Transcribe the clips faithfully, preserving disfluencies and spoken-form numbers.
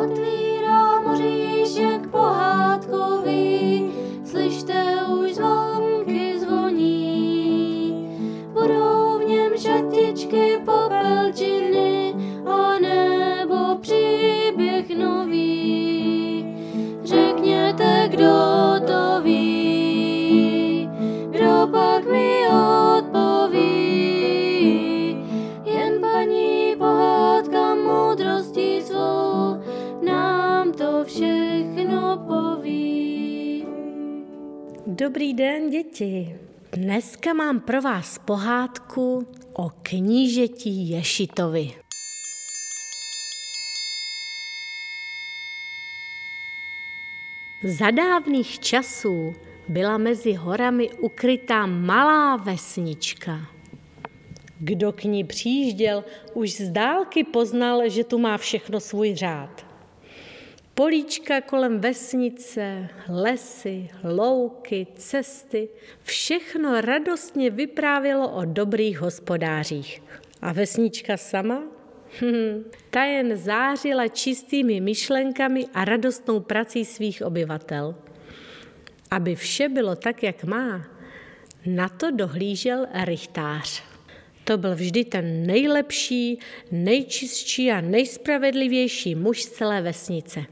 otvírá moříšek pohádkový, slyšte už zvonky zvoní. Budou v něm šatičky, popelčiny a nebo příběh nový. Řekněte, kdo to ví, kdo pak mi odpoví. Jen paní pohádka moudrostí svou nám to všechno poví. Dobrý den, děti. Dneska mám pro vás pohádku o knížeti Ješitovi. Za dávných časů byla mezi horami ukrytá malá vesnička. Kdo k ní přijížděl, už z dálky poznal, že tu má všechno svůj řád. Políčka kolem vesnice, lesy, louky, cesty, všechno radostně vyprávělo o dobrých hospodářích. A vesnička sama? Hm, ta jen zářila čistými myšlenkami a radostnou prací svých obyvatel. Aby vše bylo tak, jak má, na to dohlížel rychtář. To byl vždy ten nejlepší, nejčistší a nejspravedlivější muž z celé vesnice.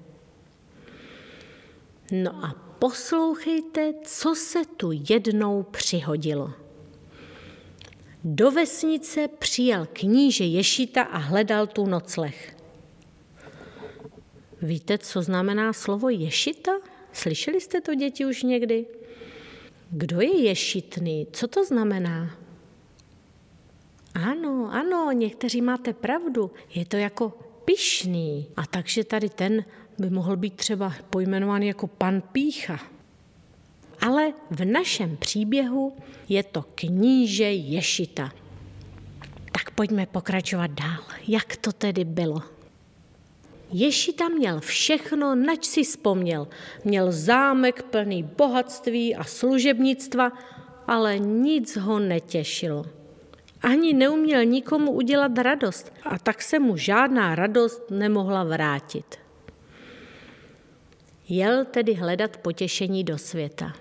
No a poslouchejte, co se tu jednou přihodilo. Do vesnice přijel kníže Ješita a hledal tu nocleh. Víte, co znamená slovo ješita? Slyšeli jste to, děti, už někdy? Kdo je ješitný? Co to znamená? Ano, ano, někteří máte pravdu. Je to jako pyšný. A takže tady ten by mohl být třeba pojmenovaný jako pan Pýcha. Ale v našem příběhu je to kníže Ješita. Tak pojďme pokračovat dál. Jak to tedy bylo? Ješita měl všechno, nač si vzpomněl. Měl zámek plný bohatství a služebnictva, ale nic ho netěšilo. Ani neuměl nikomu udělat radost a tak se mu žádná radost nemohla vrátit. Jel tedy hledat potěšení do světa.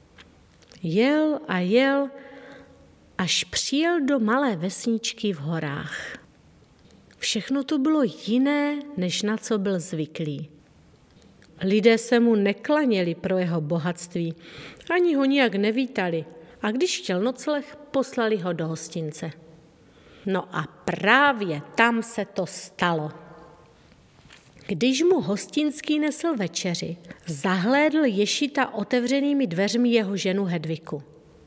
Jel a jel, až přijel do malé vesničky v horách. Všechno tu bylo jiné, než na co byl zvyklý. Lidé se mu neklaněli pro jeho bohatství, ani ho nijak nevítali. A když chtěl nocleh, poslali ho do hostince. No a právě tam se to stalo. Když mu hostinský nesl večeři, zahlédl Ješita otevřenými dveřmi jeho ženu Hedviku.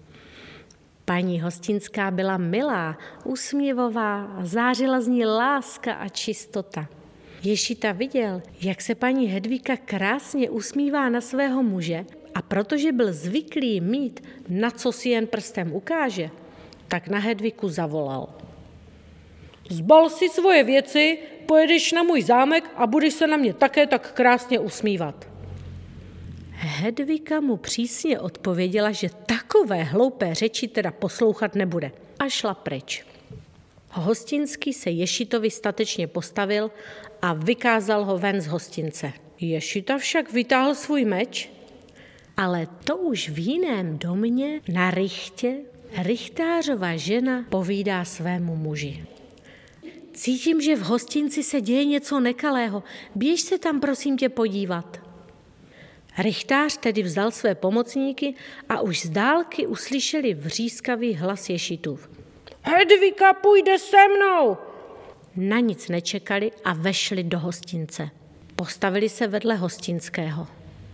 Paní hostinská byla milá, usměvová a zářila z ní láska a čistota. Ješita viděl, jak se paní Hedvika krásně usmívá na svého muže, a protože byl zvyklý mít, na co si jen prstem ukáže, tak na Hedviku zavolal. Zbal si svoje věci, pojedeš na můj zámek a budeš se na mě také tak krásně usmívat. Hedvika mu přísně odpověděla, že takové hloupé řeči teda poslouchat nebude, a šla pryč. Hostinský se Ješitovi statečně postavil a vykázal ho ven z hostince. Ješita však vytáhl svůj meč, ale to už v jiném domě na rychtě rychtářova žena povídá svému muži. Cítím, že v hostinci se děje něco nekalého. Běž se tam, prosím tě, podívat. Rychtář tedy vzal své pomocníky a už z dálky uslyšeli vřískavý hlas Ješitův. Hedvika půjde se mnou! Na nic nečekali a vešli do hostince. Postavili se vedle hostinského.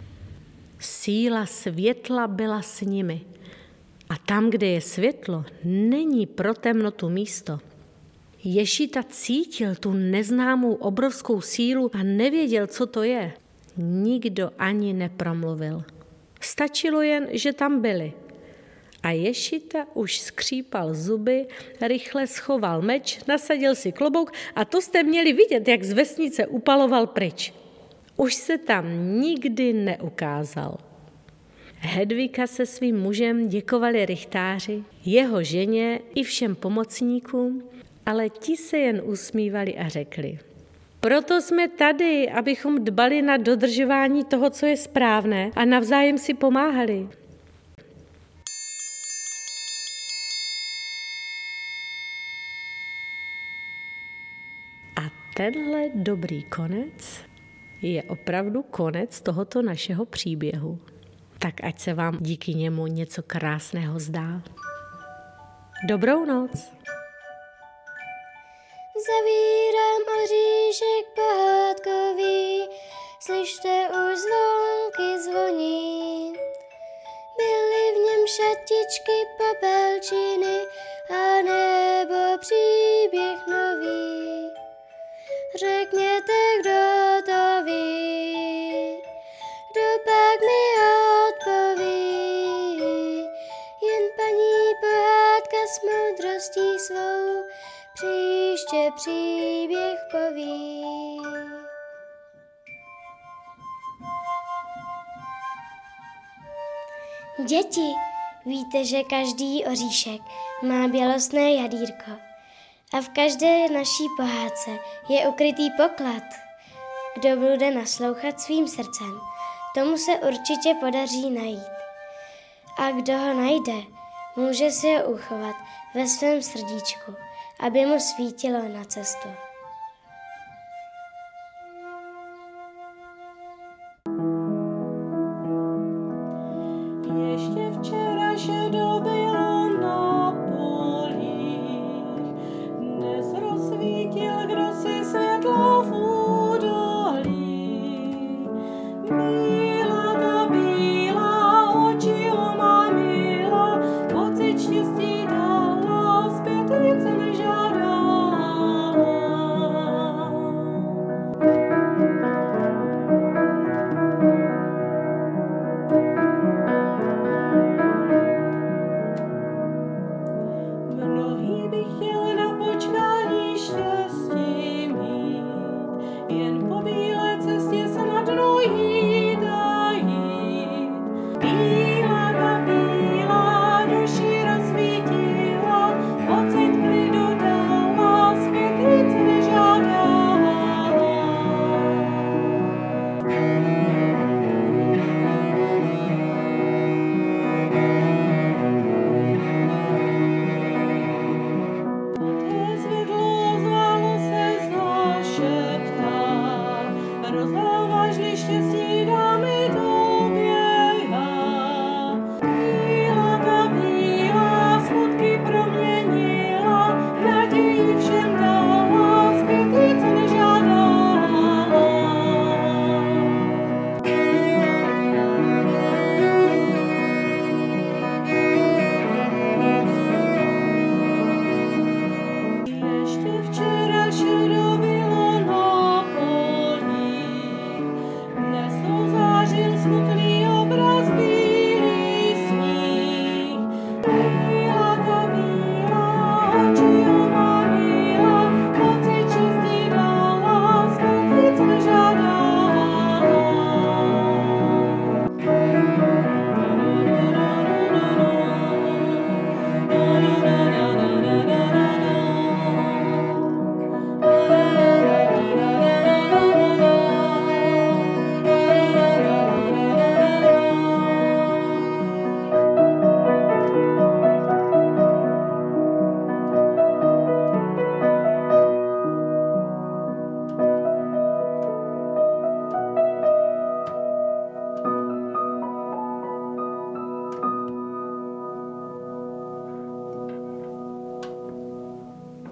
Síla světla byla s nimi. A tam, kde je světlo, není pro temnotu místo. Ješita cítil tu neznámou obrovskou sílu a nevěděl, co to je. Nikdo ani nepromluvil. Stačilo jen, že tam byli. A Ješita už skřípal zuby, rychle schoval meč, nasadil si klobouk a to jste měli vidět, jak z vesnice upaloval pryč. Už se tam nikdy neukázal. Hedvika se svým mužem děkovali rychtáři, jeho ženě i všem pomocníkům, ale ti se jen usmívali a řekli. Proto jsme tady, abychom dbali na dodržování toho, co je správné a navzájem si pomáhali. A tenhle dobrý konec je opravdu konec tohoto našeho příběhu. Tak ať se vám díky němu něco krásného zdá. Dobrou noc. Zavírám oříšek pohádkový, slyšte už zvonky zvoní. Byly v něm šatičky, popelčiny a nebo příběh nový. Řekněte, kdo to ví, kdo pak mi odpoví. Jen paní pohádka s moudrostí svou příště příběh poví. Děti, víte, že každý oříšek má bělostné jadírko a v každé naší pohádce je ukrytý poklad. Kdo bude naslouchat svým srdcem, tomu se určitě podaří najít. A kdo ho najde, může si ho uchovat ve svém srdíčku, aby mu svítilo na cestu.